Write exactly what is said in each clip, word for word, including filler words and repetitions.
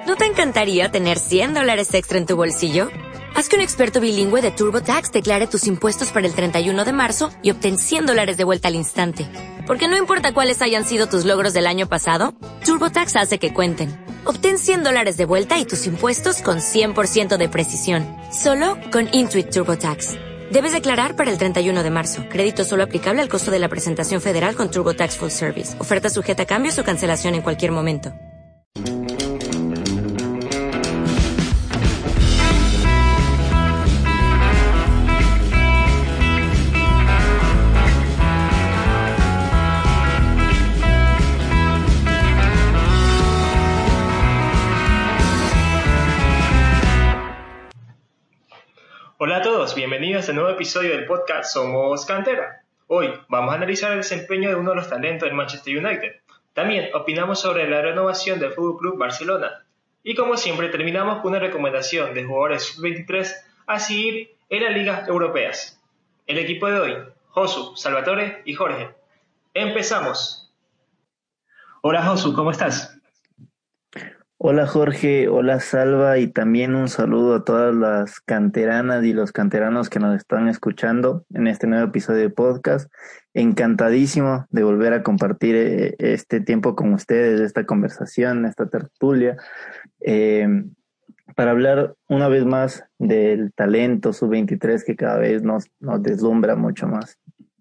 ¿No te encantaría tener cien dólares extra en tu bolsillo? Haz que un experto bilingüe de TurboTax declare tus impuestos para el treinta y uno de marzo y obtén cien dólares de vuelta al instante. Porque no importa cuáles hayan sido tus logros del año pasado, TurboTax hace que cuenten. Obtén cien dólares de vuelta y tus impuestos con cien por ciento de precisión. Solo con Intuit TurboTax. Debes declarar para el treinta y uno de marzo. Crédito solo aplicable al costo de la presentación federal con TurboTax Full Service. Oferta sujeta a cambios o cancelación en cualquier momento. Hola a todos, bienvenidos a un nuevo episodio del podcast Somos Cantera. Hoy vamos a analizar el desempeño de uno de los talentos del Manchester United. También opinamos sobre la renovación del F C Barcelona. Y como siempre terminamos con una recomendación de jugadores sub veintitrés a seguir en las ligas europeas. El equipo de hoy, Josu, Salvatore y Jorge. ¡Empezamos! Hola Josu, ¿cómo estás? Hola Jorge, hola Salva y también un saludo a todas las canteranas y los canteranos que nos están escuchando en este nuevo episodio de podcast. Encantadísimo de volver a compartir eh, este tiempo con ustedes, esta conversación, esta tertulia, eh, para hablar una vez más del talento sub veintitrés que cada vez nos, nos deslumbra mucho más.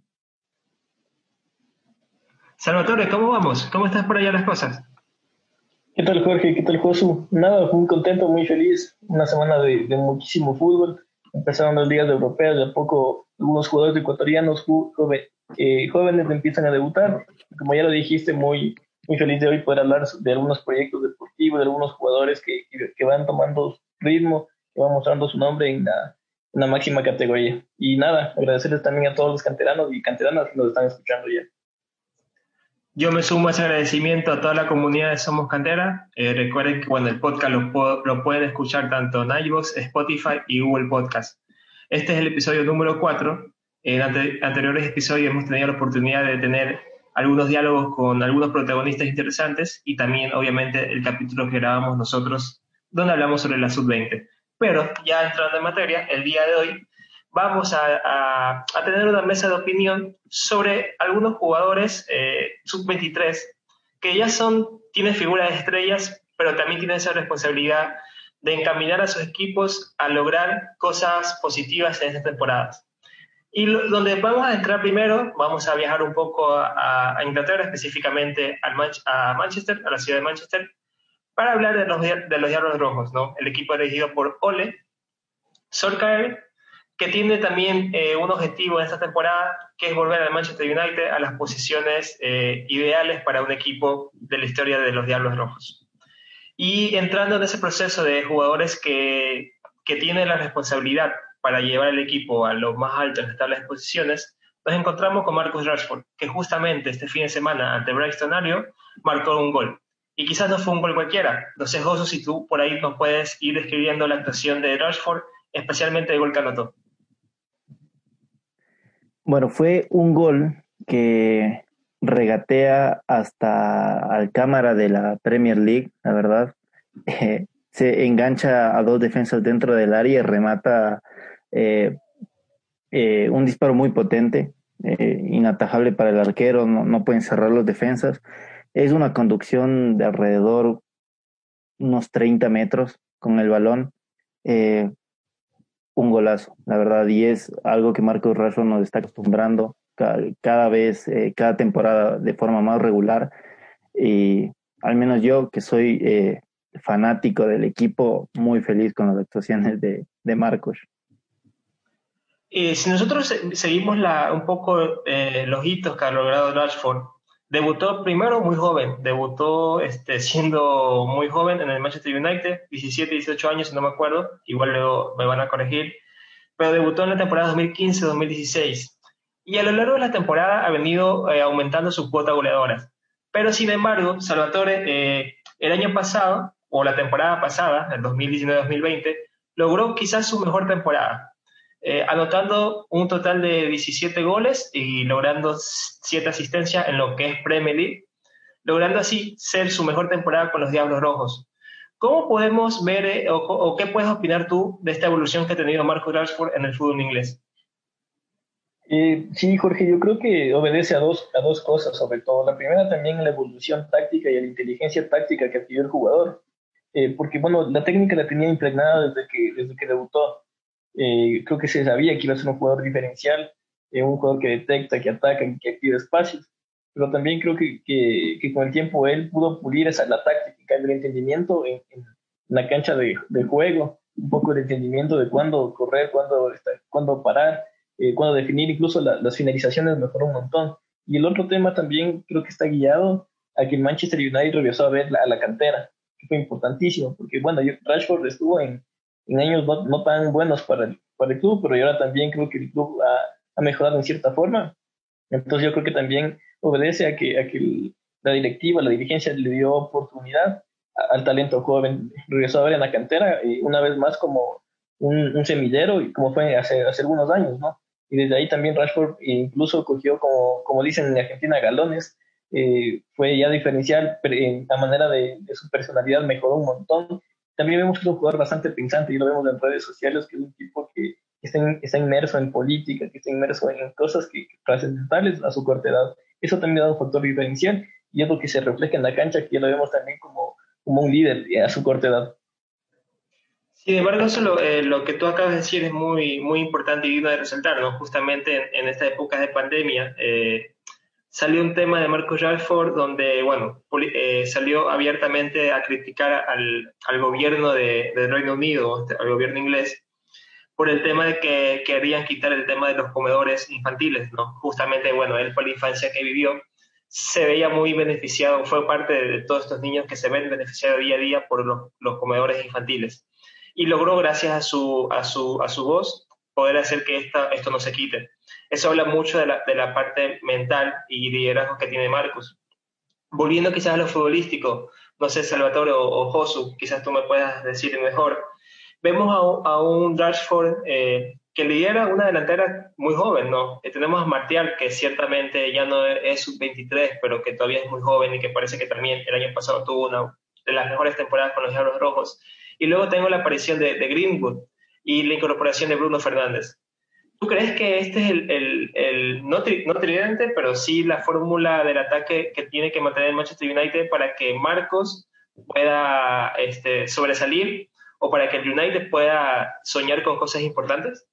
Salvatore, ¿cómo vamos? ¿Cómo estás por allá las cosas? ¿Qué tal Jorge? ¿Qué tal Josu? Nada, muy contento, muy feliz. Una semana de, de muchísimo fútbol. Empezaron las ligas europeas, de a poco algunos jugadores ecuatorianos joven, eh, jóvenes empiezan a debutar. Como ya lo dijiste, muy, muy feliz de hoy poder hablar de algunos proyectos deportivos, de algunos jugadores que, que, que van tomando ritmo, que van mostrando su nombre en la, en la máxima categoría. Y nada, agradecerles también a todos los canteranos y canteranas que nos están escuchando ya. Yo me sumo a ese agradecimiento a toda la comunidad de Somos Cantera. Eh, recuerden que bueno, el podcast lo, lo pueden escuchar tanto en iVoox, Spotify y Google Podcast. Este es el episodio número cuatro. En ante, anteriores episodios hemos tenido la oportunidad de tener algunos diálogos con algunos protagonistas interesantes y también, obviamente, el capítulo que grabamos nosotros, donde hablamos sobre la sub veinte. Pero, ya entrando en materia, el día de hoy vamos a, a, a tener una mesa de opinión sobre algunos jugadores eh, sub veintitrés que ya son, tienen figuras de estrellas, pero también tienen esa responsabilidad de encaminar a sus equipos a lograr cosas positivas en estas temporadas. Y lo, donde vamos a entrar primero, vamos a viajar un poco a, a Inglaterra, específicamente al Manch- a Manchester, a la ciudad de Manchester, para hablar de los, de los Diablos Rojos, ¿no? El equipo dirigido por Ole Solskjaer, que tiene también eh, un objetivo en esta temporada, que es volver al Manchester United a las posiciones eh, ideales para un equipo de la historia de los Diablos Rojos. Y entrando en ese proceso de jugadores que, que tienen la responsabilidad para llevar el equipo a lo más alto en las tablas de posiciones, nos encontramos con Marcus Rashford, que justamente este fin de semana ante Brighton Albion marcó un gol. Y quizás no fue un gol cualquiera. No sé, Josu, si tú por ahí nos puedes ir describiendo la actuación de Rashford, especialmente el gol que anotó. Bueno, fue un gol que regatea hasta al cámara de la Premier League, la verdad. Eh, se engancha a dos defensas dentro del área y remata eh, eh, un disparo muy potente, eh, inatajable para el arquero, no, no pueden cerrar los defensas. Es una conducción de alrededor unos treinta metros con el balón. Eh, un golazo, la verdad, y es algo que Marcus Rashford nos está acostumbrando cada, cada vez, eh, cada temporada de forma más regular, y al menos yo, que soy eh, fanático del equipo, muy feliz con las actuaciones de, de Marcus. Eh, si nosotros seguimos la, un poco eh, los hitos que ha logrado Rashford, debutó primero muy joven, debutó este, siendo muy joven en el Manchester United, diecisiete, dieciocho años, no me acuerdo, igual luego me van a corregir, pero debutó en la temporada dos mil quince dos mil dieciséis, y a lo largo de la temporada ha venido eh, aumentando su cuota goleadora. Pero sin embargo, Salvatore, eh, el año pasado, o la temporada pasada, el dos mil diecinueve dos mil veinte, logró quizás su mejor temporada. Eh, anotando un total de diecisiete goles y logrando siete asistencias en lo que es Premier League, logrando así ser su mejor temporada con los Diablos Rojos. ¿Cómo podemos ver eh, o, o qué puedes opinar tú de esta evolución que ha tenido Marcus Rashford en el fútbol inglés? Eh, sí, Jorge, yo creo que obedece a dos, a dos cosas, sobre todo. La primera también la evolución táctica y la inteligencia táctica que adquirió el jugador. Eh, porque, bueno, la técnica la tenía impregnada desde que, desde que debutó. Eh, creo que se sabía que iba a ser un jugador diferencial, eh, un jugador que detecta, que ataca, que activa espacios. Pero también creo que, que, que con el tiempo él pudo pulir esa, la táctica, el entendimiento en, en la cancha de, de juego, un poco el entendimiento de cuándo correr, cuándo, estar- cuándo parar, eh, cuándo definir, incluso la- las finalizaciones mejoró un montón. Y el otro tema también creo que está guiado a que el Manchester United regresó a ver la, a la cantera, que fue importantísimo, porque bueno, yo- Rashford estuvo en, en años no, no tan buenos para el, para el club, pero yo ahora también creo que el club ha, ha mejorado en cierta forma. Entonces yo creo que también obedece a que, a que el- la directiva, la dirigencia le dio oportunidad a- al talento joven. Regresó a ver en la cantera, eh, una vez más como un, un semillero, y como fue hace, hace algunos años, ¿no? Y desde ahí también Rashford incluso cogió, como, como dicen en Argentina, galones. Eh, fue ya diferencial, pero en la manera de, de su personalidad mejoró un montón. También vemos que es un jugador bastante pensante, y lo vemos en redes sociales, que es un tipo que está, in- está inmerso en política, que está inmerso en cosas que, trascendentales a su corta edad. Eso también da un factor diferencial, y es lo que se refleja en la cancha, que ya lo vemos también como, como un líder eh, a su corta edad. Sin embargo, eso lo, eh, lo que tú acabas de decir es muy, muy importante y digno de resaltar, ¿no? Justamente en, en esta época de pandemia, eh, salió un tema de Marcus Rashford donde, bueno, eh, salió abiertamente a criticar al, al gobierno de, del Reino Unido, al gobierno inglés, por el tema de que querían quitar el tema de los comedores infantiles, ¿no? Justamente, bueno, él por la infancia que vivió, se veía muy beneficiado, fue parte de, de todos estos niños que se ven beneficiados día a día por los, los comedores infantiles. Y logró, gracias a su, a su, a su voz, poder hacer que esta, esto no se quite. Eso habla mucho de la, de la parte mental y liderazgo que tiene Marcus. Volviendo quizás a lo futbolístico, no sé, Salvatore o, o Josu, quizás tú me puedas decir mejor. Vemos a, un- a un Rashford eh, que lidera una delantera muy joven, ¿no? Eh, tenemos a Martial, que ciertamente ya no es sub veintitrés, pero que todavía es muy joven y que parece que también el año pasado tuvo una de las mejores temporadas con los Diablos Rojos. Y luego tengo la aparición de, de Greenwood y la incorporación de Bruno Fernández. ¿Tú crees que este es el, el, el no, tri, no tridente, pero sí la fórmula del ataque que tiene que mantener el Manchester United para que Marcos pueda este, sobresalir o para que el United pueda soñar con cosas importantes?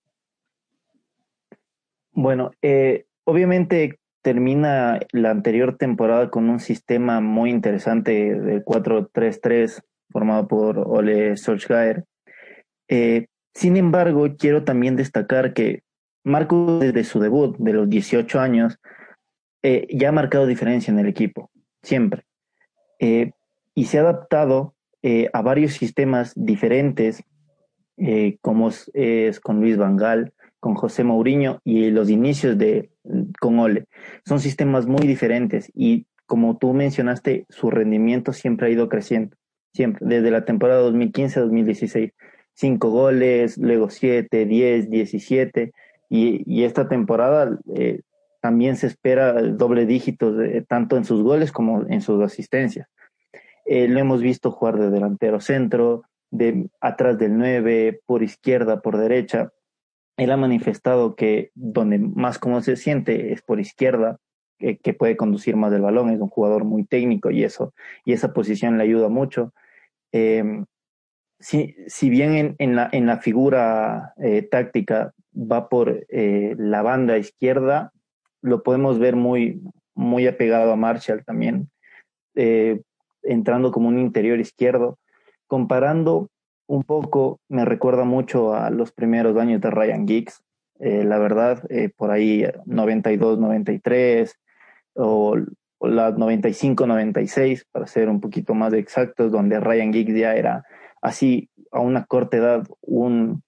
Bueno, eh, obviamente termina la anterior temporada con un sistema muy interesante de cuatro tres tres formado por Ole Solskjaer. Eh, Sin embargo, quiero también destacar que Marco desde su debut de los dieciocho años eh, ya ha marcado diferencia en el equipo, siempre. Eh, y se ha adaptado eh, a varios sistemas diferentes, eh, como es, es con Luis Van Gaal, con José Mourinho y los inicios de con Ole. Son sistemas muy diferentes y como tú mencionaste, su rendimiento siempre ha ido creciendo, siempre, desde la temporada dos mil quince a dos mil dieciséis. Cinco goles, luego siete, diez, diecisiete y, y esta temporada eh, también se espera el doble dígito de, tanto en sus goles como en sus asistencias. Eh, lo hemos visto jugar de delantero centro, de atrás del nueve, por izquierda, por derecha. Él ha manifestado que donde más cómodo se siente es por izquierda, que, que puede conducir más el balón, es un jugador muy técnico y eso, y esa posición le ayuda mucho. Eh, si, si bien en, en, la, en la figura eh, táctica va por eh, la banda izquierda, lo podemos ver muy, muy apegado a Marshall también, eh, entrando como un interior izquierdo. Comparando un poco, me recuerda mucho a los primeros años de Ryan Giggs, eh, la verdad, eh, por ahí noventa y dos, noventa y tres o, o las noventa y cinco, noventa y seis, para ser un poquito más exactos, donde Ryan Giggs ya era así a una corta edad un,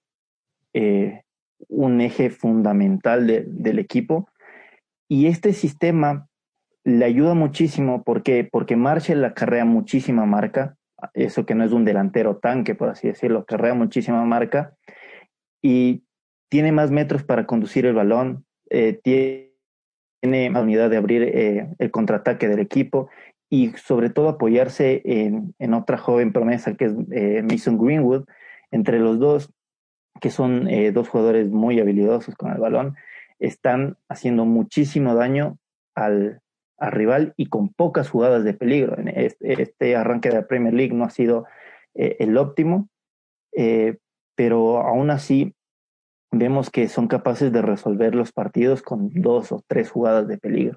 eh, un eje fundamental de, del equipo. Y este sistema le ayuda muchísimo porque, porque Marshall acarrea muchísima marca, eso que no es un delantero tanque, por así decirlo, acarrea muchísima marca y tiene más metros para conducir el balón, eh, tiene más unidad de abrir eh, el contraataque del equipo y sobre todo apoyarse en, en otra joven promesa que es eh, Mason Greenwood. Entre los dos, que son eh, dos jugadores muy habilidosos con el balón, están haciendo muchísimo daño al, al rival y con pocas jugadas de peligro. Este, este arranque de la Premier League no ha sido eh, el óptimo, eh, pero aún así vemos que son capaces de resolver los partidos con dos o tres jugadas de peligro.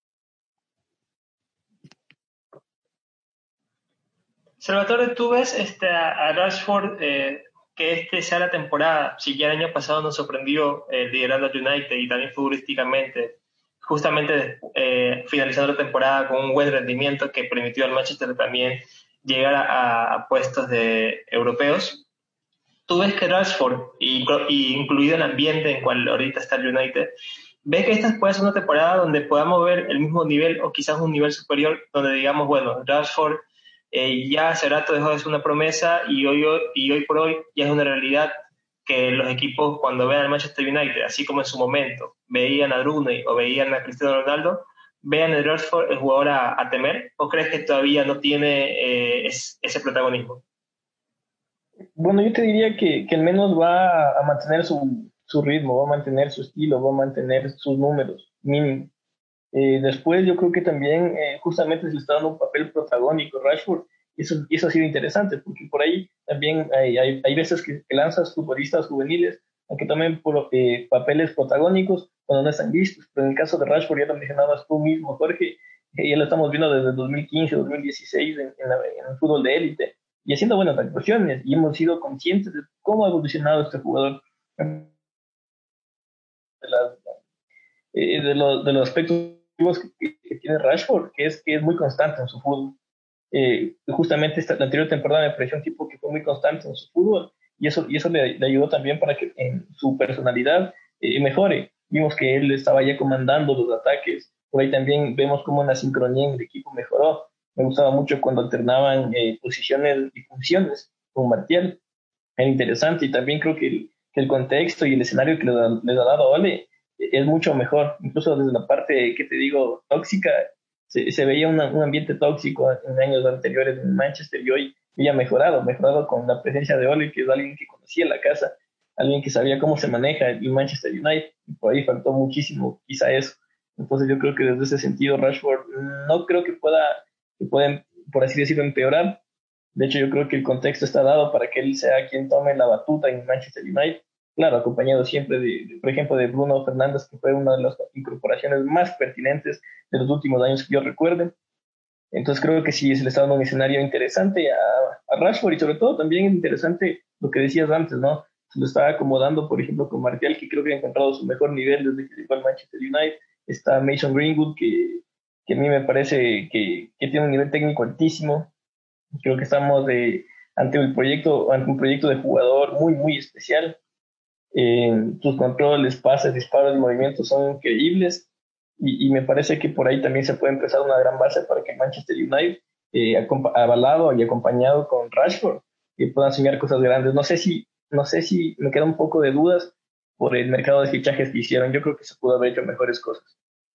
Salvatore, tú ves este, a, a Rashford eh, que este sea la temporada, si ya el año pasado nos sorprendió eh, liderando al United y también futbolísticamente, justamente eh, finalizando la temporada con un buen rendimiento que permitió al Manchester también llegar a, a puestos de europeos. ¿Tú ves que Rashford, y, y incluido el ambiente en cual ahorita está el United, ves que esta puede ser una temporada donde podamos ver el mismo nivel o quizás un nivel superior, donde digamos, bueno, Rashford eh, ya hace rato dejó de ser una promesa y hoy, hoy, y hoy por hoy ya es una realidad que los equipos cuando vean al Manchester United, así como en su momento veían a Rooney o veían a Cristiano Ronaldo, vean el Rashford el jugador a, a temer, o crees que todavía no tiene eh, es, ese protagonismo? Bueno, yo te diría que, que al menos va a mantener su, su ritmo, va a mantener su estilo, va a mantener sus números mínimos. Eh, después yo creo que también eh, justamente se le está dando un papel protagónico a Rashford y eso, y eso ha sido interesante porque por ahí también hay, hay, hay veces que, que lanzas futbolistas juveniles a que tomen por, eh, papeles protagónicos cuando no están listos, pero en el caso de Rashford ya lo mencionabas tú mismo, Jorge, eh, ya lo estamos viendo desde el dos mil quince, dos mil dieciséis en, en, la, en el fútbol de élite y haciendo buenas actuaciones y hemos sido conscientes de cómo ha evolucionado este jugador de, las, eh, de, los, de los aspectos que, que tiene Rashford, que es que es muy constante en su fútbol. Eh, justamente esta, la anterior temporada me pareció un tipo que fue muy constante en su fútbol y eso, y eso le, le ayudó también para que en su personalidad eh, mejore. Vimos que él estaba ya comandando los ataques, por ahí también vemos cómo la sincronía en el equipo mejoró. Me gustaba mucho cuando alternaban eh, posiciones y funciones con Martial, era interesante y también creo que el, que el contexto y el escenario que les ha, les ha dado Ole es mucho mejor, incluso desde la parte que te digo tóxica, se, se veía una, un ambiente tóxico en años anteriores en Manchester y hoy ya mejorado, mejorado con la presencia de Ole, que es alguien que conocía la casa, alguien que sabía cómo se maneja el Manchester United, y por ahí faltó muchísimo quizá eso. Entonces yo creo que desde ese sentido Rashford no creo que pueda, que pueden, por así decirlo, empeorar. De hecho yo creo que el contexto está dado para que él sea quien tome la batuta en Manchester United. Claro, acompañado siempre, de, de, por ejemplo, de Bruno Fernández, que fue una de las incorporaciones más pertinentes de los últimos años que yo recuerde. Entonces creo que sí se le está dando un escenario interesante a, a Rashford y sobre todo también es interesante lo que decías antes, ¿no? Se lo está acomodando, por ejemplo, con Martial, que creo que ha encontrado su mejor nivel desde que llegó al Manchester United. Está Mason Greenwood, que, que a mí me parece que, que tiene un nivel técnico altísimo. Creo que estamos de, ante, el proyecto, ante un proyecto de jugador muy, muy especial. Eh, tus controles, pases, disparos y movimientos son increíbles y, y me parece que por ahí también se puede empezar una gran base para que Manchester United, eh, avalado y acompañado con Rashford, que puedan soñar cosas grandes. No sé si, no sé si me queda un poco de dudas por el mercado de fichajes que hicieron. Yo creo que se pudo haber hecho mejores cosas.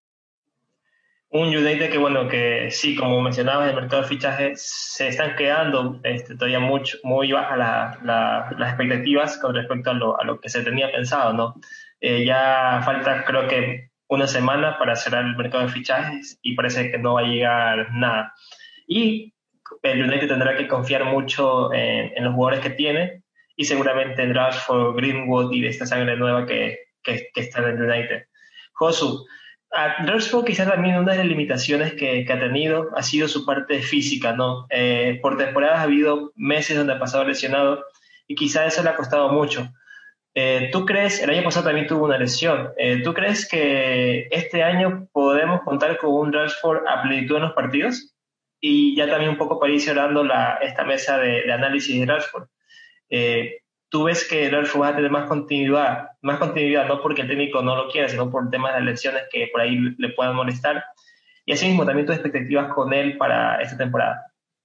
Un United que, bueno, que sí, como mencionabas, el mercado de fichajes se están quedando este, todavía mucho, muy bajas la, la, las expectativas con respecto a lo, a lo que se tenía pensado, ¿no? Eh, ya falta, creo que, una semana para cerrar el mercado de fichajes y parece que no va a llegar nada. Y el United tendrá que confiar mucho en, en los jugadores que tiene y seguramente en Rashford, Greenwood y de esta sangre nueva que, que, que está en el United. Josu, a Rashford quizás también una de las limitaciones que, que ha tenido ha sido su parte física, ¿no? Eh, por temporadas ha habido meses donde ha pasado lesionado y quizás eso le ha costado mucho. Eh, ¿Tú crees, el año pasado también tuvo una lesión, eh, ¿tú crees que este año podemos contar con un Rashford a plenitud en los partidos? Y ya también un poco para ir cerrando la, esta mesa de, de análisis de Rashford. Eh, ¿Tú ves que Rashford va a tener más continuidad? Más continuidad, no porque el técnico no lo quiera, sino por temas de lesiones que por ahí le puedan molestar. Y así mismo también tus expectativas con él para esta temporada.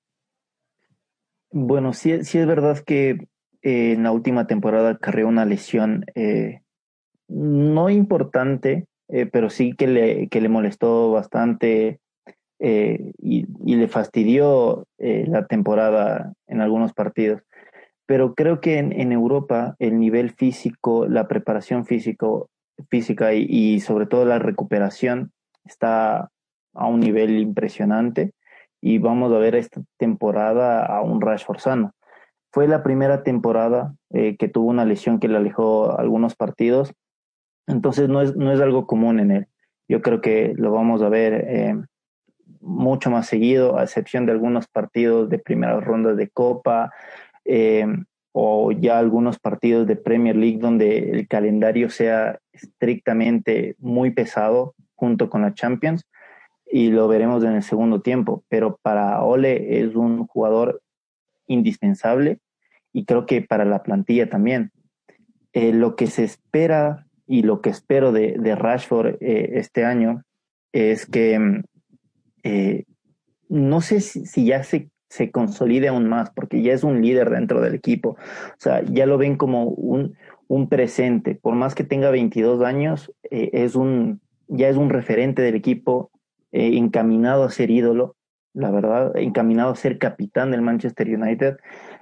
Bueno, sí, sí es verdad que eh, en la última temporada acarreó una lesión eh, no importante, eh, pero sí que le, que le molestó bastante eh, y, y le fastidió eh, la temporada en algunos partidos. Pero creo que en, en Europa el nivel físico, la preparación físico, física y, y sobre todo la recuperación está a un nivel impresionante y vamos a ver esta temporada a un Rashford sano. Fue la primera temporada eh, que tuvo una lesión que le alejó algunos partidos, entonces no es, no es algo común en él. Yo creo que lo vamos a ver eh, mucho más seguido, a excepción de algunos partidos de primeras rondas de Copa, eh, o ya algunos partidos de Premier League donde el calendario sea estrictamente muy pesado junto con la Champions, y lo veremos en el segundo tiempo. Pero para Ole es un jugador indispensable y creo que para la plantilla también. Eh, lo que se espera y lo que espero de, de Rashford eh, este año es que eh, no sé si, si ya se, se consolide aún más, porque ya es un líder dentro del equipo. O sea, ya lo ven como un, un presente. Por más que tenga veintidós años, eh, es un, ya es un referente del equipo, eh, encaminado a ser ídolo, la verdad, encaminado a ser capitán del Manchester United.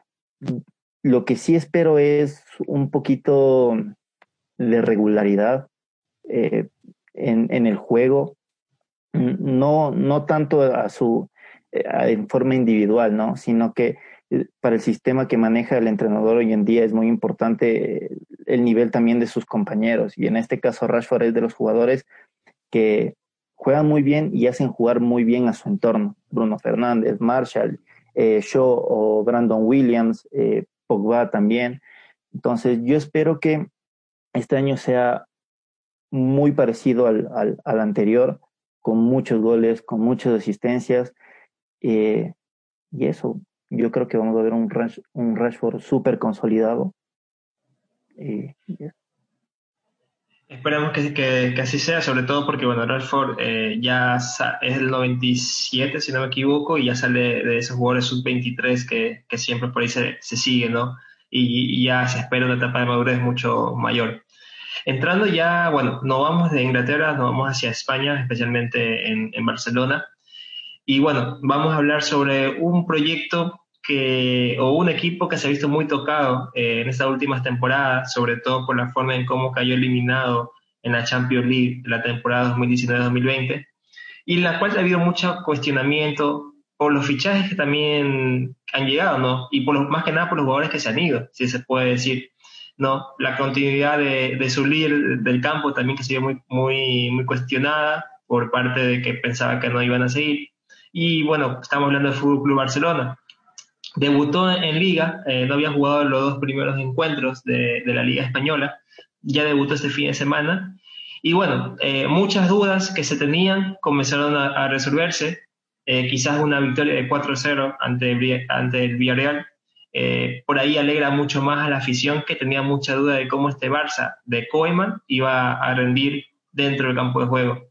Lo que sí espero es un poquito de regularidad eh, en, en el juego, no, no tanto a su, eh, en forma individual, ¿no? Sino que eh, para el sistema que maneja el entrenador hoy en día es muy importante eh, el nivel también de sus compañeros. Y en este caso Rashford es de los jugadores que juegan muy bien y hacen jugar muy bien a su entorno. Bruno Fernández, Marshall, eh, Shaw o Brandon Williams, eh, Pogba también. Entonces yo espero que este año sea muy parecido al, al, al anterior, con muchos goles, con muchas asistencias, eh, y eso, yo creo que vamos a ver un, Rash, un Rashford súper consolidado. Eh, y eso. Esperemos que, que, que así sea, sobre todo porque, bueno, Rashford eh, ya sa- es el noventa y siete, si no me equivoco, y ya sale de esos jugadores sub veintitrés que, que siempre por ahí se, se sigue, ¿no? Y, y ya se espera una etapa de madurez mucho mayor. Entrando ya, bueno, no vamos de Inglaterra, nos vamos hacia España, especialmente en, en Barcelona. Y bueno, vamos a hablar sobre un proyecto que, o un equipo que se ha visto muy tocado eh, en estas últimas temporadas, sobre todo por la forma en cómo cayó eliminado en la Champions League la temporada dos mil diecinueve dos mil veinte, y en la cual ha habido mucho cuestionamiento por los fichajes que también han llegado, ¿no? Y por los, más que nada por los jugadores que se han ido, si se puede decir, ¿no? La continuidad de, de su líder del campo también que se vio muy, muy, muy cuestionada por parte de que pensaba que no iban a seguir. Y bueno, estamos hablando del Fútbol Club Barcelona. Debutó en Liga, eh, no había jugado los dos primeros encuentros de, de la Liga Española, ya debutó este fin de semana. Y bueno, eh, muchas dudas que se tenían comenzaron a, a resolverse. Eh, quizás una victoria de cuatro cero ante el, ante el Villarreal. Eh, por ahí alegra mucho más a la afición que tenía mucha duda de cómo este Barça de Koeman iba a rendir dentro del campo de juego.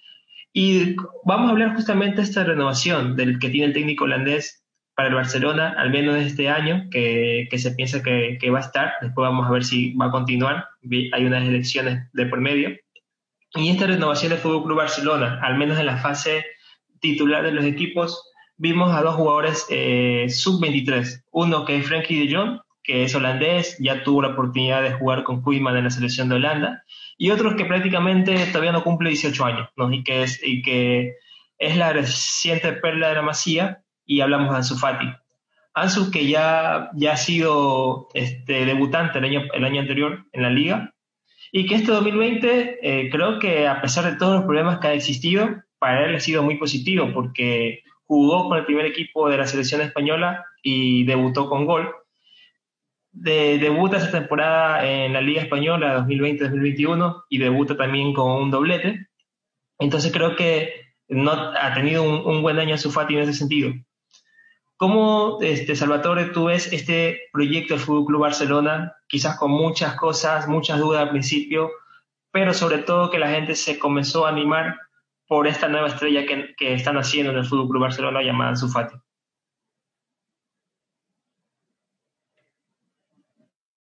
Y vamos a hablar justamente de esta renovación del que tiene el técnico holandés para el Barcelona, al menos este año, que, que se piensa que, que va a estar. Después vamos a ver si va a continuar. Hay unas elecciones de por medio. Y esta renovación del Fútbol Club Barcelona, al menos en la fase titular de los equipos, vimos a dos jugadores eh, sub veintitrés. Uno que es Frenkie de Jong, que es holandés, ya tuvo la oportunidad de jugar con Koeman en la selección de Holanda, y otro que prácticamente todavía no cumple dieciocho años, ¿no? y, que es, y que es la reciente perla de la Masía, y hablamos de Ansu Fati. Ansu, que ya, ya ha sido este, debutante el año, el año anterior en la liga, y que este dos mil veinte eh, creo que a pesar de todos los problemas que ha existido, para él ha sido muy positivo porque jugó con el primer equipo de la selección española y debutó con gol. De, debuta esta temporada en la Liga Española dos mil veinte dos mil veintiuno y debuta también con un doblete. Entonces creo que no, ha tenido un, un buen año Ansu Fati en ese sentido. ¿Cómo, este, Salvatore, tú ves este proyecto del Fútbol Club Barcelona, quizás con muchas cosas, muchas dudas al principio, pero sobre todo que la gente se comenzó a animar por esta nueva estrella que, que están haciendo en el Fútbol Club Barcelona llamada Ansu Fati?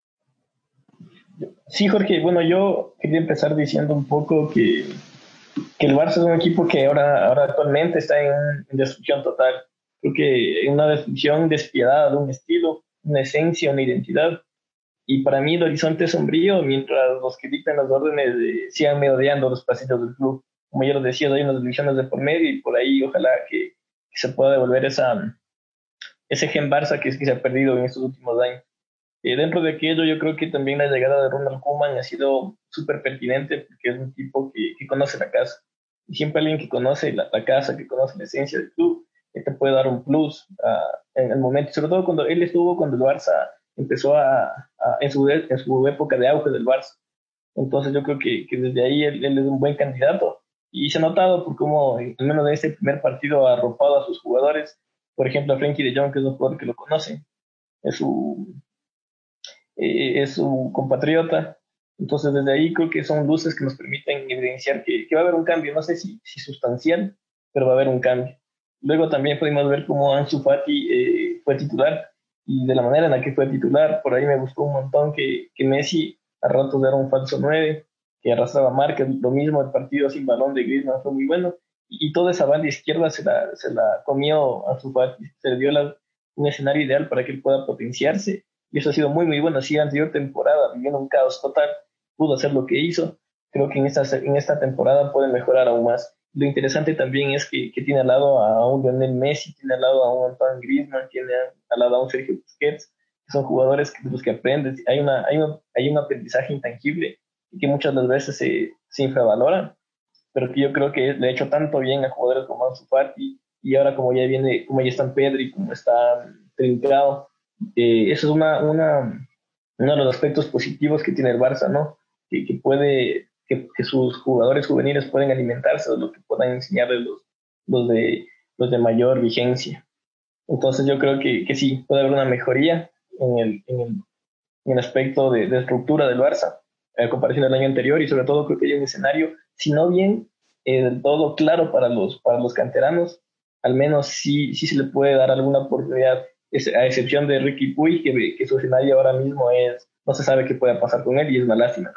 Sí, Jorge, bueno, yo quería empezar diciendo un poco que que el Barça es un equipo que ahora, ahora actualmente está en, en destrucción total. Creo que en una destrucción despiadada de un estilo, una esencia, una identidad. Y para mí el horizonte es sombrío mientras los que dictan las órdenes eh, sigan merodeando los pasillos del club. Como ya lo decía, hay unas divisiones de por medio y por ahí ojalá que, que se pueda devolver esa, ese gen Barça que, es que se ha perdido en estos últimos años. Eh, dentro de aquello, yo creo que también la llegada de Ronald Koeman ha sido súper pertinente porque es un tipo que, que conoce la casa. Y siempre alguien que conoce la, la casa, que conoce la esencia del club, eh, te puede dar un plus uh, en el momento. Sobre todo cuando él estuvo, cuando el Barça empezó a, a en, su, en su época de auge del Barça. Entonces yo creo que, que desde ahí él, él es un buen candidato. Y se ha notado por cómo, al menos en este primer partido, ha arropado a sus jugadores. Por ejemplo, a Frenkie de Jong, que es un jugador que lo conoce. Es su, eh, es su compatriota. Entonces, desde ahí creo que son luces que nos permiten evidenciar que, que va a haber un cambio, no sé si, si sustancial, pero va a haber un cambio. Luego también pudimos ver cómo Ansu Fati eh, fue titular y de la manera en la que fue titular, por ahí me gustó un montón que, que Messi a ratos era un falso nueve, que arrastraba marcas, lo mismo el partido sin balón de Griezmann fue muy bueno, y, y toda esa banda izquierda se la, se la comió Ansu Fati, se le dio la, un escenario ideal para que él pueda potenciarse y eso ha sido muy, muy bueno. Sí, anterior temporada, viviendo un caos total, pudo hacer lo que hizo. Creo que en esta, en esta temporada puede mejorar aún más. Lo interesante también es que, que tiene al lado a un Lionel Messi, tiene al lado a un Antoine Griezmann, tiene al lado a un Sergio Busquets, que son jugadores que, de los que aprendes. Hay, una, hay, un, hay un aprendizaje intangible que muchas de las veces se, se infravalora, pero que yo creo que le ha hecho tanto bien a jugadores como Ansu Fati y ahora como ya viene, como ya están Pedri, como está Trincao, eh, eso es una, una, uno de los aspectos positivos que tiene el Barça, ¿no? Que, que puede, que, que, sus jugadores juveniles pueden alimentarse de lo que puedan enseñarles los, los, de, los de mayor vigencia. Entonces yo creo que, que sí, puede haber una mejoría en el, en el, en el aspecto de, de estructura del Barça, a comparación del año anterior, y sobre todo creo que hay un escenario, si no bien eh, del todo claro para los, para los canteranos, al menos sí, sí se le puede dar alguna oportunidad, a excepción de Ricky Puig, que, que su escenario ahora mismo es, no se sabe qué pueda pasar con él y es una lástima.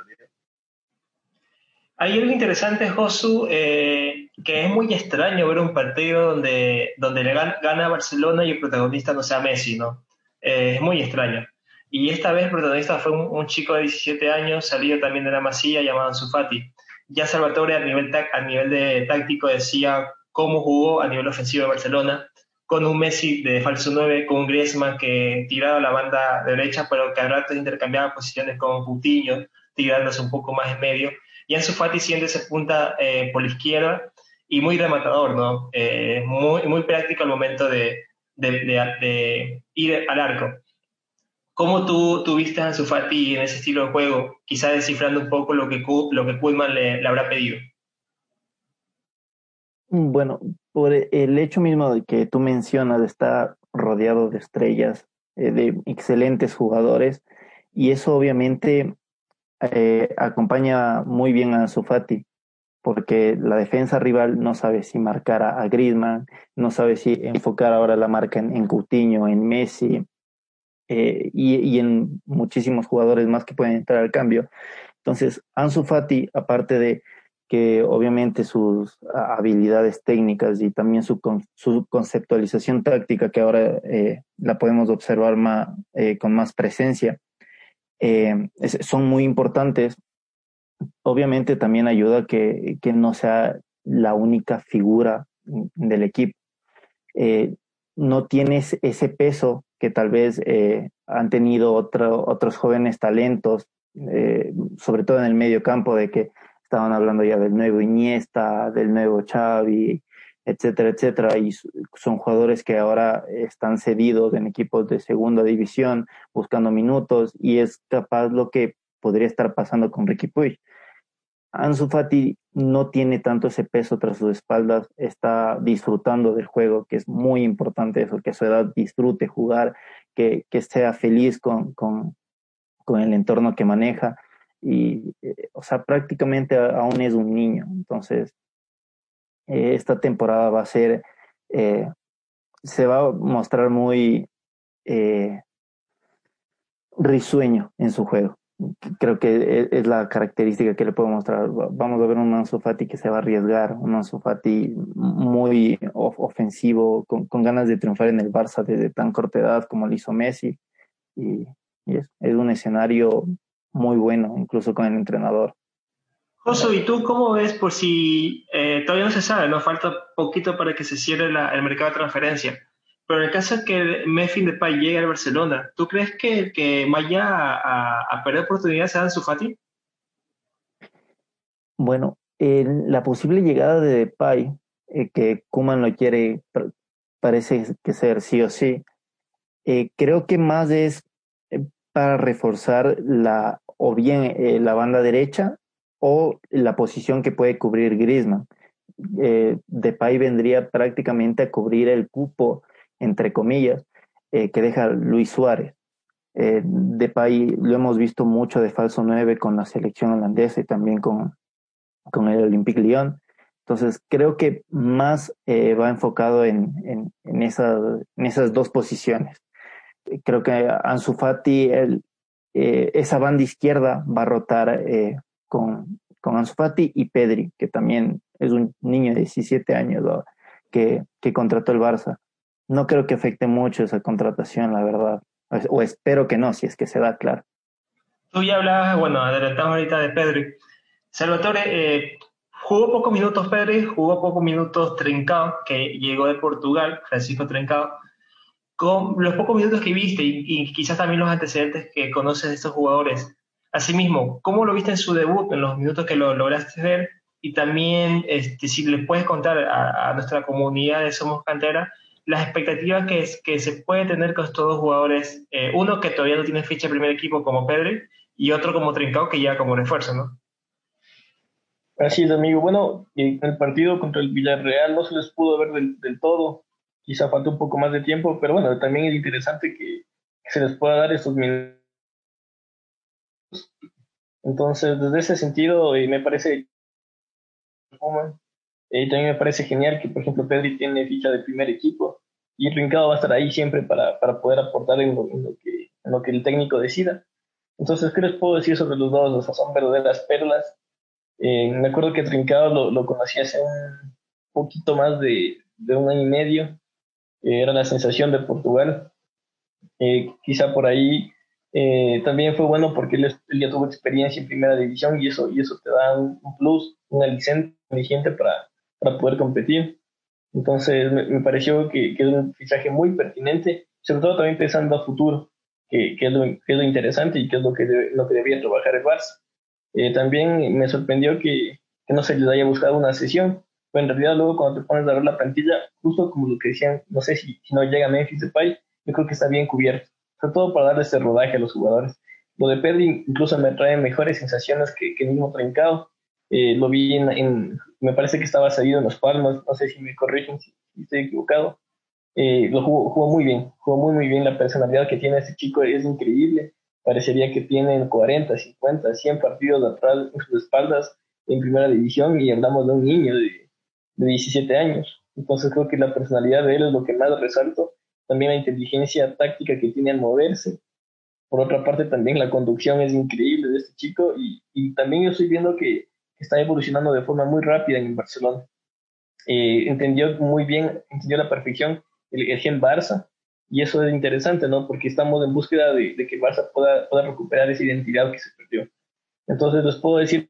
Hay algo interesante, Josu, eh, que es muy extraño ver un partido donde, donde le gana, gana Barcelona y el protagonista no sea Messi, ¿no? Eh, es muy extraño. Y esta vez el protagonista fue un, un chico de diecisiete años, salido también de la Masía, llamado Ansu Fati. Ya Salvatore a nivel, a nivel de táctico decía cómo jugó a nivel ofensivo de Barcelona, con un Messi de falso nueve, con un Griezmann que tiraba a la banda derecha, pero que al rato intercambiaba posiciones con Coutinho, tirándose un poco más en medio. Y Ansu Fati siendo ese punta eh, por la izquierda y muy rematador, ¿no? Eh, muy, muy práctico al momento de, de, de, de ir al arco. ¿Cómo tú, tú viste a Ansu Fati en ese estilo de juego? Quizás descifrando un poco lo que, lo que Koeman le, le habrá pedido. Bueno, por el hecho mismo de que tú mencionas de estar rodeado de estrellas, eh, de excelentes jugadores, y eso obviamente eh, acompaña muy bien a Ansu Fati, porque la defensa rival no sabe si marcar a, a Griezmann, no sabe si enfocar ahora la marca en, en Coutinho, en Messi, eh, y, y en muchísimos jugadores más que pueden entrar al cambio. Entonces, Ansu Fati, aparte de que obviamente sus habilidades técnicas y también su, con, su conceptualización táctica, que ahora eh, la podemos observar más, eh, con más presencia, eh, es, son muy importantes. Obviamente también ayuda a que, que no sea la única figura del equipo. Eh, no tienes ese peso que tal vez eh, han tenido otro, otros jóvenes talentos, eh, sobre todo en el medio campo, de que estaban hablando ya del nuevo Iniesta, del nuevo Xavi, etcétera, etcétera, y son jugadores que ahora están cedidos en equipos de segunda división, buscando minutos, y es capaz lo que podría estar pasando con Ricky Puig. Ansu Fati no tiene tanto ese peso tras sus espaldas, está disfrutando del juego, que es muy importante eso, que a su edad disfrute jugar, que, que sea feliz con, con, con el entorno que maneja, y, eh, o sea, prácticamente aún es un niño. Entonces, eh, esta temporada va a ser, eh, se va a mostrar muy eh, risueño en su juego. creo que es la característica que le puedo mostrar. Vamos a ver un Ansu Fati que se va a arriesgar, un Ansu Fati muy of- ofensivo, con, con ganas de triunfar en el Barça desde tan corta edad como lo hizo Messi, y, y es, es un escenario muy bueno, incluso con el entrenador. Josu, ¿y tú cómo ves por si eh, todavía no se sabe, no falta poquito para que se cierre la- el mercado de transferencia? Pero en el caso de que Memphis Depay llegue al Barcelona, ¿tú crees que, que vaya a, a perder oportunidades a Ansu Fati? Bueno, el- la posible llegada de Depay, eh, que Koeman lo quiere, pr- parece que ser sí o sí, eh, creo que más es eh, para reforzar la, o bien eh, la banda derecha o la posición que puede cubrir Griezmann. Eh, Depay vendría prácticamente a cubrir el cupo, entre comillas, eh, que deja Luis Suárez. Eh, Depay lo hemos visto mucho de falso nueve con la selección holandesa y también con, con el Olympique Lyon. Entonces creo que más eh, va enfocado en, en, en, esa, en esas dos posiciones. Creo que Ansu Fati, el, eh, esa banda izquierda va a rotar eh, con, con Ansu Fati y Pedri, que también es un niño de diecisiete años, ¿no? que, que contrató el Barça. No creo que afecte mucho esa contratación, la verdad. O espero que no, si es que se da, claro. Tú ya hablabas, bueno, adelantamos ahorita de Pedri. Salvatore, eh, jugó pocos minutos Pedri, jugó pocos minutos Trincao, que llegó de Portugal, Francisco Trincao. Con los pocos minutos que viste y, y quizás también los antecedentes que conoces de estos jugadores, asimismo, ¿cómo lo viste en su debut, en los minutos que lo lograste ver? Y también, este, si les puedes contar a, a nuestra comunidad de Somos Cantera las expectativas que, es- que se puede tener con estos dos jugadores, eh, uno que todavía no tiene ficha de primer equipo como Pedri y otro como Trincao que llega como refuerzo, ¿no? Así es, amigo. Bueno, eh, el partido contra el Villarreal no se les pudo ver del, del todo. Quizá faltó un poco más de tiempo, pero bueno, también es interesante que, que se les pueda dar estos minutos. Entonces, desde ese sentido, eh, me parece eh, también me parece genial que, por ejemplo, Pedri tiene ficha de primer equipo y Rincado va a estar ahí siempre para, para poder aportar en lo, en lo que, en lo que el técnico decida. Entonces, ¿qué les puedo decir sobre los dos? O sea, son verdaderas perlas. Eh, me acuerdo que Trincado lo, lo conocí hace un poquito más de, de un año y medio. Eh, era la sensación de Portugal. Eh, quizá por ahí eh, también fue bueno porque él, él ya tuvo experiencia en primera división y eso, y eso te da un, un plus, un aliciente aliciente para, para poder competir. Entonces me, me pareció que, que es un fichaje muy pertinente, sobre todo también pensando a futuro, que, que, es, lo, que es lo interesante y que es lo que, debe, lo que debía trabajar el Barça. Eh, también me sorprendió que, que no se les haya buscado una sesión, pero en realidad luego cuando te pones a ver la plantilla, justo como lo que decían, no sé si, si no llega Memphis Depay, yo creo que está bien cubierto, sobre todo para darle este rodaje a los jugadores. Lo de Pedri incluso me trae mejores sensaciones que, que el mismo Trincao. Eh, lo vi en, en, me parece que estaba salido en los Palmas, no sé si me corrigen si, si estoy equivocado. Eh, lo jugó, jugó muy bien, jugó muy muy bien, la personalidad que tiene este chico es increíble, parecería que tienen cuarenta, cincuenta, cien partidos atrás en sus espaldas en primera división y hablamos de un niño de, de diecisiete años, entonces creo que la personalidad de él es lo que más resalto, también la inteligencia táctica que tiene al moverse, por otra parte también la conducción es increíble de este chico y, y también yo estoy viendo que está evolucionando de forma muy rápida en Barcelona. Eh, entendió muy bien, entendió a la perfección el, el gen Barça, y eso es interesante, ¿no? Porque estamos en búsqueda de, de que el Barça pueda, pueda recuperar esa identidad que se perdió. Entonces les puedo decir,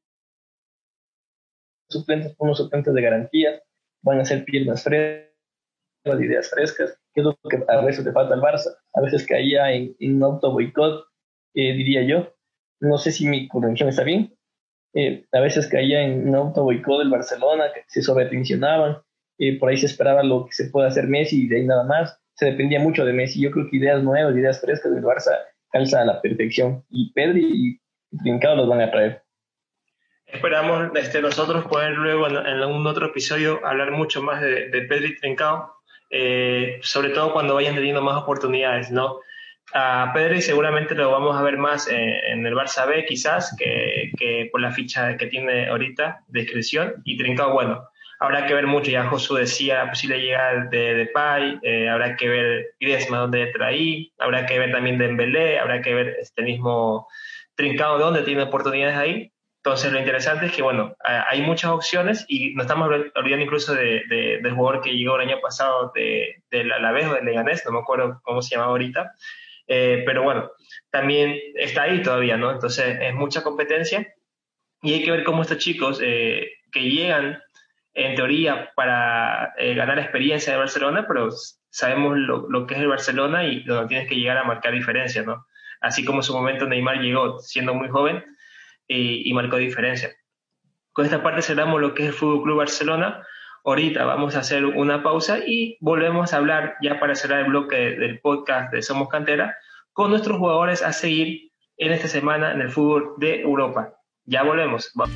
suplentes, unos suplentes de garantía, van a ser piernas frescas, ideas frescas, que es lo que a veces le falta al Barça, a veces caía en, en un auto boicot, eh, diría yo. No sé si mi corrección está bien, eh, a veces caía en un auto boicot del Barcelona, que se sobretensionaban, eh, por ahí se esperaba lo que se puede hacer Messi y de ahí nada más, se dependía mucho de Messi. Yo creo que ideas nuevas, ideas frescas del Barça calza a la perfección y Pedri y Trincao los van a traer. Esperamos este, nosotros poder luego en, en un otro episodio hablar mucho más de, de Pedri y Trincao, eh, sobre todo cuando vayan teniendo más oportunidades, ¿no? A Pedri seguramente lo vamos a ver más en, en el Barça B quizás que, que por la ficha que tiene ahorita de inscripción, y Trincao, bueno, habrá que ver mucho, ya Josu decía posible llegada de Depay, eh, habrá que ver Griezmann dónde entra ahí, habrá que ver también Dembélé, habrá que ver este mismo trincado dónde tiene oportunidades ahí. Entonces lo interesante es que, bueno, hay muchas opciones y nos estamos olvidando incluso de, de, del jugador que llegó el año pasado de, del Alavés o del Leganés, no me acuerdo cómo se llama ahorita, eh, pero bueno, también está ahí todavía, ¿no? Entonces es mucha competencia y hay que ver cómo estos chicos eh, que llegan en teoría para eh, ganar experiencia de Barcelona, pero sabemos lo, lo que es el Barcelona y donde tienes que llegar a marcar diferencia, ¿no? Así como en su momento Neymar llegó siendo muy joven, Y, y marcó diferencia. Con esta parte cerramos lo que es el Fútbol Club Barcelona. Ahorita vamos a hacer una pausa y volvemos a hablar ya para cerrar el bloque del podcast de Somos Cantera con nuestros jugadores a seguir en esta semana en el fútbol de Europa. Ya volvemos. Vamos.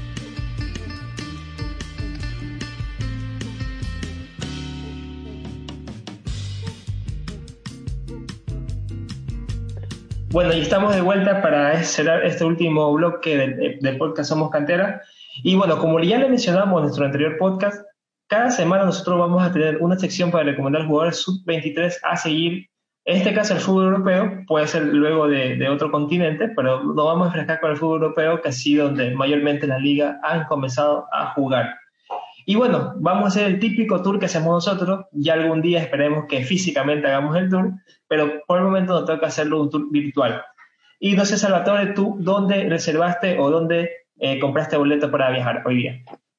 Bueno, y estamos de vuelta para cerrar este último bloque del, del podcast Somos Cantera. Y bueno, como ya le mencionamos en nuestro anterior podcast, cada semana nosotros vamos a tener una sección para recomendar jugadores sub veintitrés a seguir. En este caso el fútbol europeo, puede ser luego de, de otro continente, pero nos vamos a enfrascar con el fútbol europeo, que ha sido donde mayormente las ligas han comenzado a jugar. Y bueno, vamos a hacer el típico tour que hacemos nosotros. Ya algún día esperemos que físicamente hagamos el tour, pero por el momento nos toca hacerlo un tour virtual. Y no sé, Salvatore, ¿tú dónde reservaste o dónde eh, compraste boleto para viajar hoy día?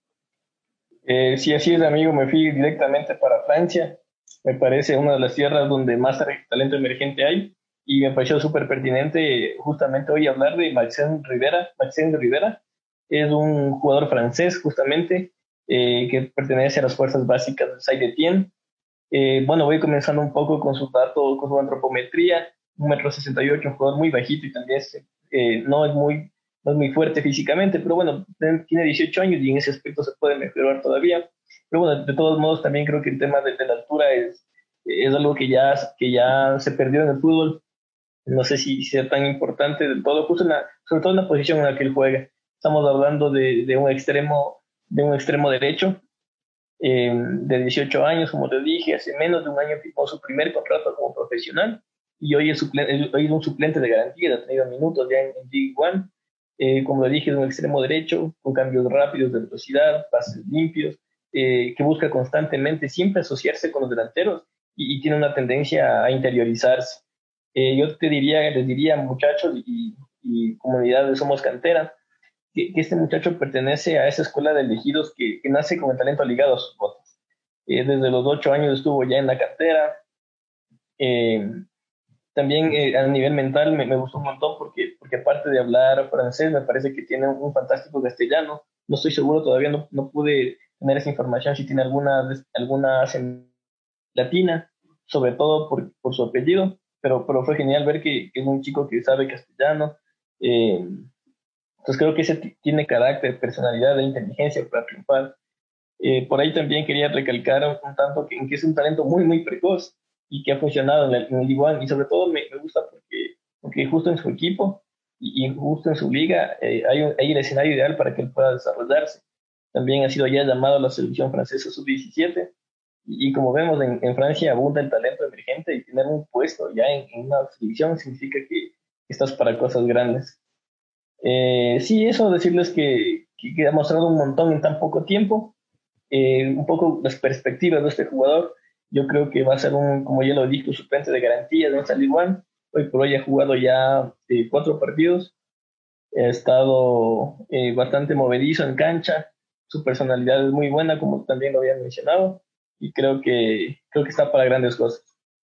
Eh, sí, así es, amigo. Me fui directamente para Francia. Me parece una de las tierras donde más talento emergente hay. Y me pareció súper pertinente justamente hoy hablar de Maxime Rivera. Maxime Rivera es un jugador francés, justamente, Eh, que pertenece a las fuerzas básicas del Saint-Étienne. Eh, bueno, voy comenzando un poco con sus datos, con su antropometría, un metro sesenta y ocho, un jugador muy bajito y también es, eh, no, es muy, no es muy fuerte físicamente, pero bueno, tiene dieciocho años y en ese aspecto se puede mejorar todavía. Pero bueno, de todos modos también creo que el tema de, de la altura es, es algo que ya, que ya se perdió en el fútbol. No sé si sea tan importante del todo, justo en la, sobre todo en la posición en la que él juega. Estamos hablando de, de un extremo de un extremo derecho, eh, de dieciocho años, como te dije, hace menos de un año firmó su primer contrato como profesional y hoy es, suplente, hoy es un suplente de garantía, ha tenido minutos ya en, en Ligue uno, eh, como le dije, es un extremo derecho, con cambios rápidos de velocidad, pases limpios, eh, que busca constantemente siempre asociarse con los delanteros y, y tiene una tendencia a interiorizarse. Eh, yo te diría, les diría, muchachos y, y comunidad de Somos Cantera, que, que este muchacho pertenece a esa escuela de elegidos que, que nace con el talento ligado a sus botas. Eh, desde los ocho años estuvo ya en la cantera. Eh, también eh, a nivel mental me, me gustó un montón porque, porque aparte de hablar francés, me parece que tiene un, un fantástico castellano. No estoy seguro, todavía no, no pude tener esa información si tiene alguna, alguna latina, sobre todo por, por su apellido, pero, pero fue genial ver que, que es un chico que sabe castellano. Eh, entonces creo que ese tiene carácter, personalidad e inteligencia para triunfar. Eh, por ahí también quería recalcar un, un tanto que, que es un talento muy, muy precoz y que ha funcionado en el, en el Ligue uno, y sobre todo me, me gusta porque, porque justo en su equipo y, y justo en su liga eh, hay, un, hay el escenario ideal para que él pueda desarrollarse. También ha sido ya llamado a la selección francesa sub diecisiete y, y como vemos en, en Francia abunda el talento emergente y tener un puesto ya en, en una selección significa que, que estás para cosas grandes. Eh, sí, eso decirles que, que, que ha mostrado un montón en tan poco tiempo. Eh, un poco las perspectivas de este jugador. Yo creo que va a ser un, como ya lo dije, un suplente de garantía de un Ligue uno. Hoy por hoy ha jugado ya eh, cuatro partidos, ha estado eh, bastante movedizo en cancha, su personalidad es muy buena, como también lo habían mencionado, y creo que, creo que está para grandes cosas.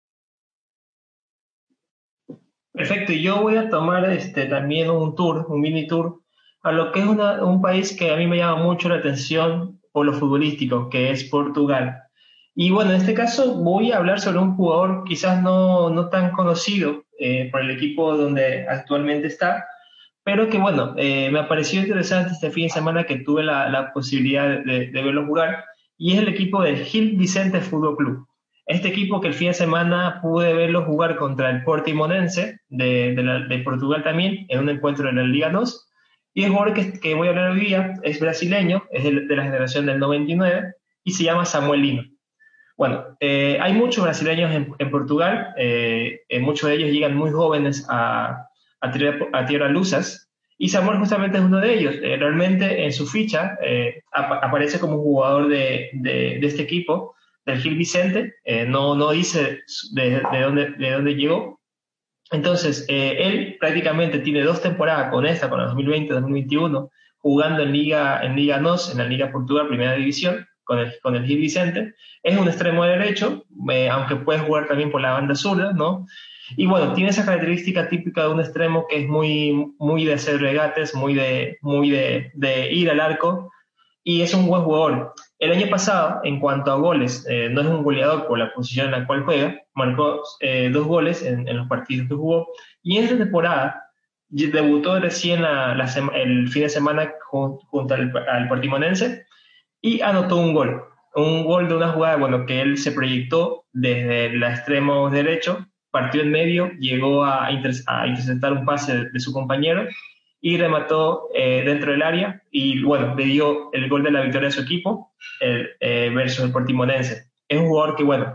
Perfecto, y yo voy a tomar este, también un tour, un mini tour, a lo que es una, un país que a mí me llama mucho la atención por lo futbolístico, que es Portugal. Y bueno, en este caso voy a hablar sobre un jugador quizás no, no tan conocido eh, por el equipo donde actualmente está, pero que bueno, eh, me pareció interesante este fin de semana que tuve la, la posibilidad de, de verlo jugar, y es el equipo del Gil Vicente Fútbol Club. Este equipo que el fin de semana pude verlo jugar contra el Portimonense de, de, la, de Portugal también, en un encuentro en la Liga dos. Y el jugador que, que voy a hablar hoy día es brasileño, es de, de la generación del noventa y nueve y se llama Samuel Lino. Bueno, eh, hay muchos brasileños en, en Portugal, eh, eh, muchos de ellos llegan muy jóvenes a, a, tierra, a tierra lusas, Y Samuel justamente es uno de ellos. Eh, realmente en su ficha eh, ap aparece como jugador de, de, de este equipo, del Gil Vicente, eh, no, no dice de, de, dónde, de dónde llegó. Entonces, eh, él prácticamente tiene dos temporadas con esta, con la dos mil veinte dos mil veintiuno, jugando en Liga, en Liga N O S, en la Liga Portugal, Primera División, con el, con el Gil Vicente. Es un extremo derecho, eh, aunque puede jugar también por la banda zurda, ¿no? Y bueno, tiene esa característica típica de un extremo que es muy, muy de hacer regates, muy de, muy de, de ir al arco, y es un buen jugador. El año pasado, en cuanto a goles, eh, no es un goleador por la posición en la cual juega, marcó eh, dos goles en, en los partidos que jugó, y en esta temporada debutó recién la, la el fin de semana junto al, al Portimonense y anotó un gol. Un gol de una jugada, bueno, que él se proyectó desde el extremo derecho, partió en medio, llegó a, inter a interceptar un pase de, de su compañero y remató eh, dentro del área y, bueno, le dio el gol de la victoria a su equipo el, eh, versus el Portimonense. Es un jugador que, bueno,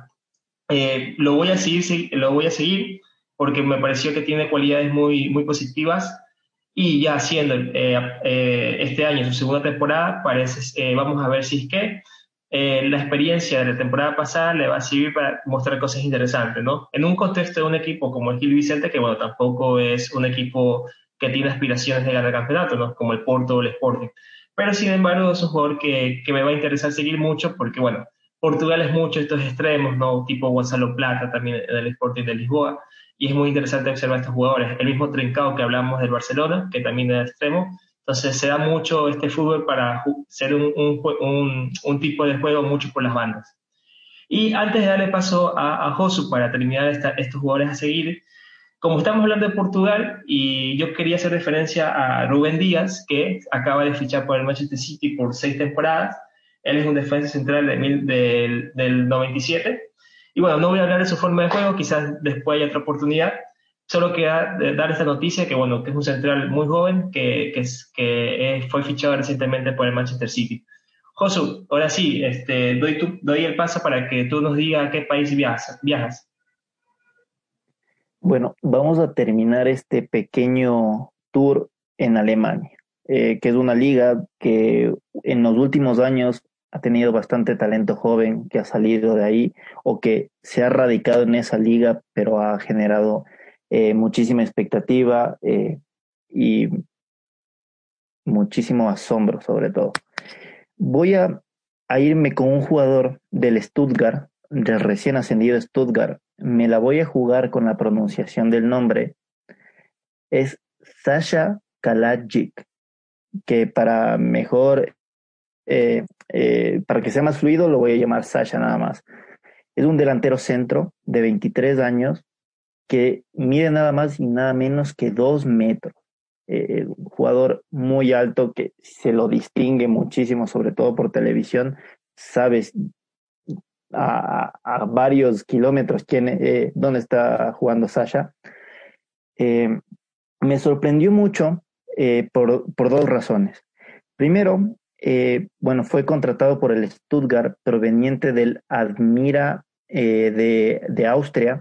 eh, lo voy a seguir, lo voy a seguir porque me pareció que tiene cualidades muy, muy positivas y ya haciendo eh, eh, este año su segunda temporada, parece, eh, vamos a ver si es que eh, la experiencia de la temporada pasada le va a servir para mostrar cosas interesantes, ¿no? En un contexto de un equipo como el Gil Vicente, que bueno, tampoco es un equipo que tiene aspiraciones de ganar campeonato, ¿no? Como el Porto o el Sporting. Pero sin embargo es un jugador que, que me va a interesar seguir mucho porque, bueno, Portugal es mucho estos extremos, ¿no? Tipo Gonzalo Plata también en el Sporting de Lisboa, y es muy interesante observar a estos jugadores. El mismo Trincao que hablamos del Barcelona, que también es extremo. Entonces se da mucho este fútbol para ser un, un, un, un tipo de juego mucho por las bandas. Y antes de darle paso a, a Josu para terminar esta, estos jugadores a seguir, como estamos hablando de Portugal, y yo quería hacer referencia a Rubén Díaz, que acaba de fichar por el Manchester City por seis temporadas. Él es un defensa central de mil, del, del noventa y siete. Y bueno, no voy a hablar de su forma de juego, quizás después haya otra oportunidad. Solo queda dar esta noticia que, bueno, que es un central muy joven que, que, es, que fue fichado recientemente por el Manchester City. Josu, ahora sí, este, doy, tu, doy el paso para que tú nos digas a qué país viajas. viajas. Bueno, vamos a terminar este pequeño tour en Alemania, eh, que es una liga que en los últimos años ha tenido bastante talento joven que ha salido de ahí o que se ha radicado en esa liga, pero ha generado eh, muchísima expectativa eh, y muchísimo asombro sobre todo. Voy a, a irme con un jugador del Stuttgart, del recién ascendido Stuttgart. Me la voy a jugar con la pronunciación del nombre. Es Sasha Kalajic, que para mejor, eh, eh, para que sea más fluido, lo voy a llamar Sasha nada más. Es un delantero centro de veintitrés años que mide nada más y nada menos que dos metros. Eh, un jugador muy alto que se lo distingue muchísimo, sobre todo por televisión. Sabes a, a varios kilómetros quién, eh, dónde está jugando Sasha. Eh, me sorprendió mucho eh, por, por dos razones. Primero, eh, bueno, fue contratado por el Stuttgart proveniente del Admira eh, de, de Austria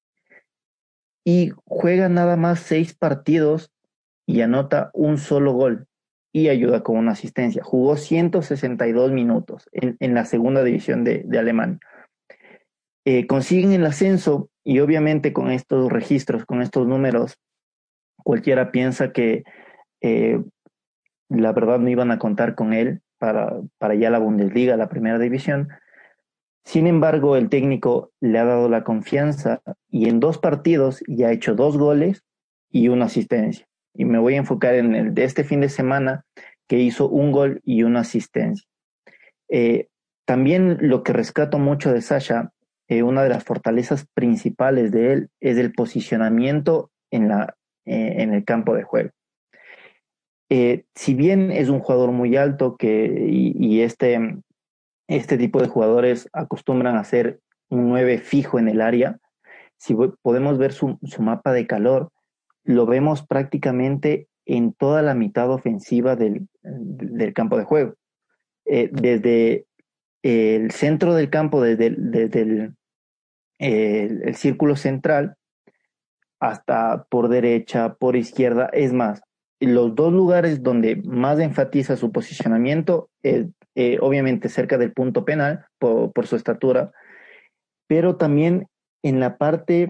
y juega nada más seis partidos y anota un solo gol y ayuda con una asistencia. Jugó ciento sesenta y dos minutos en, en la segunda división de, de Alemania. Eh, consiguen el ascenso y obviamente con estos registros, con estos números, cualquiera piensa que eh, la verdad no iban a contar con él para, para ya la Bundesliga, la primera división. Sin embargo, el técnico le ha dado la confianza y en dos partidos ya ha hecho dos goles y una asistencia. Y me voy a enfocar en el de este fin de semana, que hizo un gol y una asistencia. Eh, también lo que rescato mucho de Sasha, eh, una de las fortalezas principales de él es el posicionamiento en, la, eh, en el campo de juego. Eh, si bien es un jugador muy alto que, y, y este, este tipo de jugadores acostumbran a ser un nueve fijo en el área, si podemos ver su, su mapa de calor, lo vemos prácticamente en toda la mitad ofensiva del, del campo de juego. Eh, desde el centro del campo, desde, desde el, el, el círculo central, hasta por derecha, por izquierda. Es más, los dos lugares donde más enfatiza su posicionamiento es eh, obviamente cerca del punto penal por, por su estatura, pero también en la parte,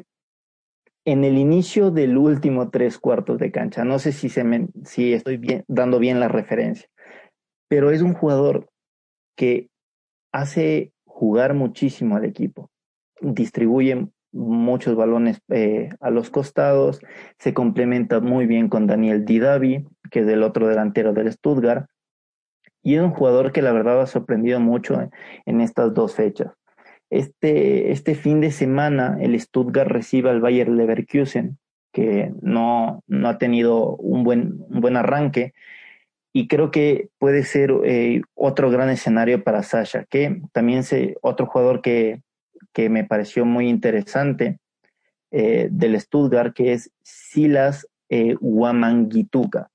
en el inicio del último tres cuartos de cancha. No sé si, se me, si estoy bien, dando bien la referencia, pero es un jugador que hace jugar muchísimo al equipo, distribuye muchos balones eh, a los costados, se complementa muy bien con Daniel Didavi, que es el otro delantero del Stuttgart, y es un jugador que la verdad ha sorprendido mucho en, en estas dos fechas. Este, este fin de semana el Stuttgart recibe al Bayer Leverkusen, que no, no ha tenido un buen, un buen arranque, y creo que puede ser eh, otro gran escenario para Sasha, que también se, otro jugador que, que me pareció muy interesante eh, del Stuttgart, que es Silas eh, Wamangituka,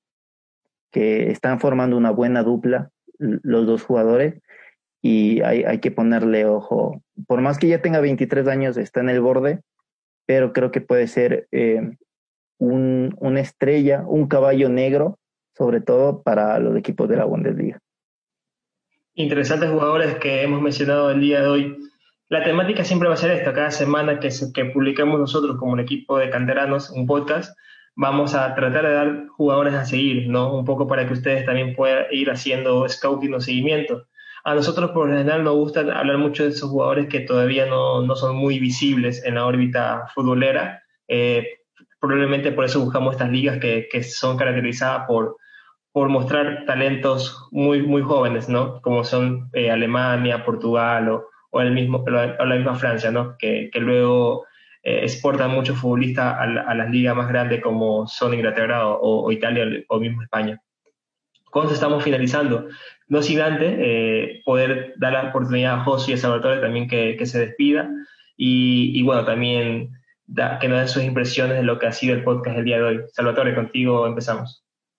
que están formando una buena dupla los dos jugadores, y hay, hay que ponerle ojo. Por más que ya tenga veintitrés años, está en el borde, pero creo que puede ser eh, un, una estrella, un caballo negro, sobre todo para los equipos de la Bundesliga. Interesantes jugadores que hemos mencionado el día de hoy. La temática siempre va a ser esta: cada semana que, que publicamos nosotros como un equipo de canteranos un podcast, vamos a tratar de dar jugadores a seguir, ¿no? Un poco para que ustedes también puedan ir haciendo scouting o seguimiento. A nosotros por lo general nos gusta hablar mucho de esos jugadores que todavía no, no son muy visibles en la órbita futbolera. Eh, probablemente por eso buscamos estas ligas que, que son caracterizadas por por mostrar talentos muy, muy jóvenes, ¿no? Como son eh, Alemania, Portugal o, o, el mismo, o la misma Francia, ¿no? Que, que luego eh, exportan muchos futbolistas a, la, a las ligas más grandes como son Inglaterra o, o Italia o mismo España. Con eso estamos finalizando. No sin antes eh, poder dar la oportunidad a Josu y a Salvatore también que, que se despida y, y bueno, también da, que nos den sus impresiones de lo que ha sido el podcast el día de hoy. Salvatore, contigo empezamos.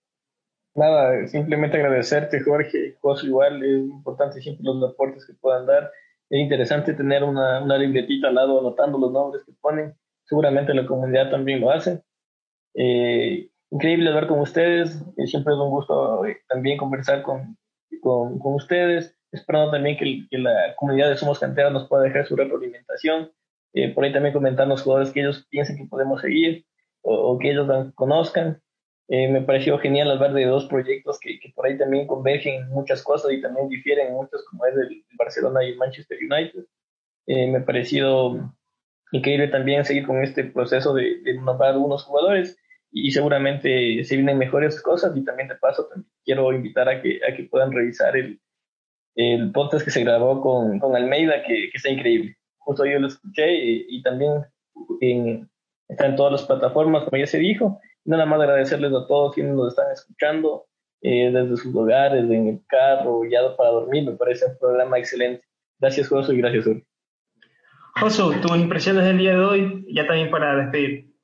Nada, simplemente agradecerte, Jorge. Josu, igual es importante siempre los aportes que puedan dar. Es interesante tener una, una libretita al lado anotando los nombres que ponen. Seguramente la comunidad también lo hace. Eh, increíble hablar con ustedes. Eh, siempre es un gusto eh, también conversar con, con, con ustedes. Esperando también que, que la comunidad de Somos Cantera nos pueda dejar su retroalimentación. Eh, por ahí también comentar los jugadores que ellos piensen que podemos seguir o, o que ellos conozcan. Eh, me pareció genial hablar de dos proyectos que, que por ahí también convergen en muchas cosas y también difieren en muchas, como es el Barcelona y el Manchester United. Eh, me ha parecido increíble también seguir con este proceso de, de nombrar unos jugadores y seguramente se vienen mejores cosas. Y también de paso también quiero invitar a que, a que puedan revisar el, el podcast que se grabó con, con Almeida, que, que está increíble. Justo yo lo escuché y, y también en, está en todas las plataformas, como ya se dijo. Nada más agradecerles a todos quienes nos están escuchando eh, desde sus hogares, en el carro, ya para dormir. Me parece un programa excelente. Gracias, Josu, y gracias, Uri. Josu, tus impresiones del día de hoy, ya también para despedir.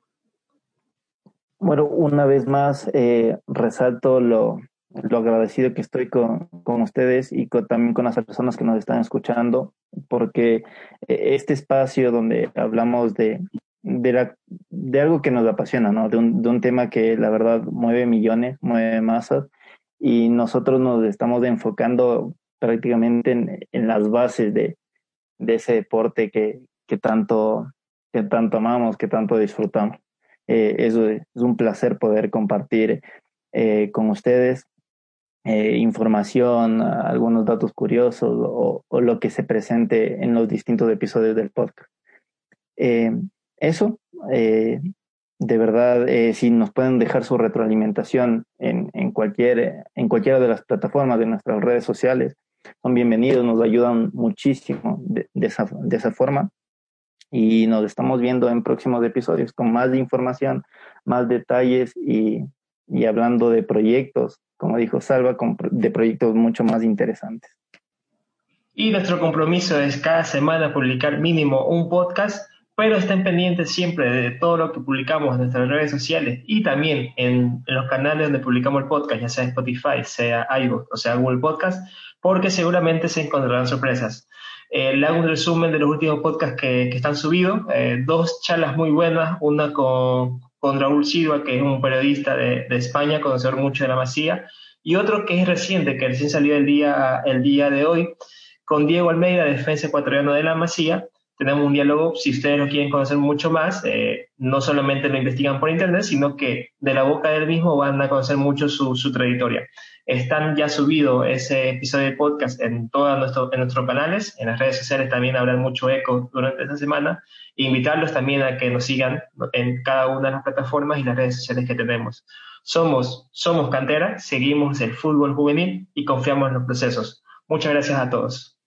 Bueno, una vez más eh, resalto lo, lo agradecido que estoy con, con ustedes y con, también con las personas que nos están escuchando, porque eh, este espacio donde hablamos de De, la, de algo que nos apasiona, ¿no? De un, de un tema que la verdad mueve millones, mueve masas, y nosotros nos estamos enfocando prácticamente en, en las bases de, de ese deporte que, que, tanto, que tanto amamos, que tanto disfrutamos. Eh, eso es, es un placer poder compartir eh, con ustedes eh, información, algunos datos curiosos o, o lo que se presente en los distintos episodios del podcast. Eh, Eso, eh, de verdad, eh, si nos pueden dejar su retroalimentación en, en, cualquier, en cualquiera de las plataformas de nuestras redes sociales, son bienvenidos, nos ayudan muchísimo de, de, esa, de esa forma. Y nos estamos viendo en próximos episodios con más información, más detalles y, y hablando de proyectos, como dijo Salva, con, de proyectos mucho más interesantes. Y nuestro compromiso es cada semana publicar mínimo un podcast, pero estén pendientes siempre de todo lo que publicamos en nuestras redes sociales y también en, en los canales donde publicamos el podcast, ya sea Spotify, sea iVoox o sea Google Podcast, porque seguramente se encontrarán sorpresas. Eh, le hago un resumen de los últimos podcasts que, que están subidos, eh, dos charlas muy buenas, una con, con Raúl Silva, que es un periodista de, de España, conocedor mucho de la Masía, y otro que es reciente, que recién salió el día, el día de hoy, con Diego Almeida, defensa ecuatoriano de la Masía. Tenemos un diálogo, si ustedes lo quieren conocer mucho más, eh, no solamente lo investigan por internet, sino que de la boca del mismo van a conocer mucho su, su trayectoria. Están ya subido ese episodio de podcast en todos nuestro, en nuestros canales, en las redes sociales también habrá mucho eco durante esta semana, e invitarlos también a que nos sigan en cada una de las plataformas y las redes sociales que tenemos. Somos, somos Cantera, seguimos el fútbol juvenil y confiamos en los procesos. Muchas gracias a todos.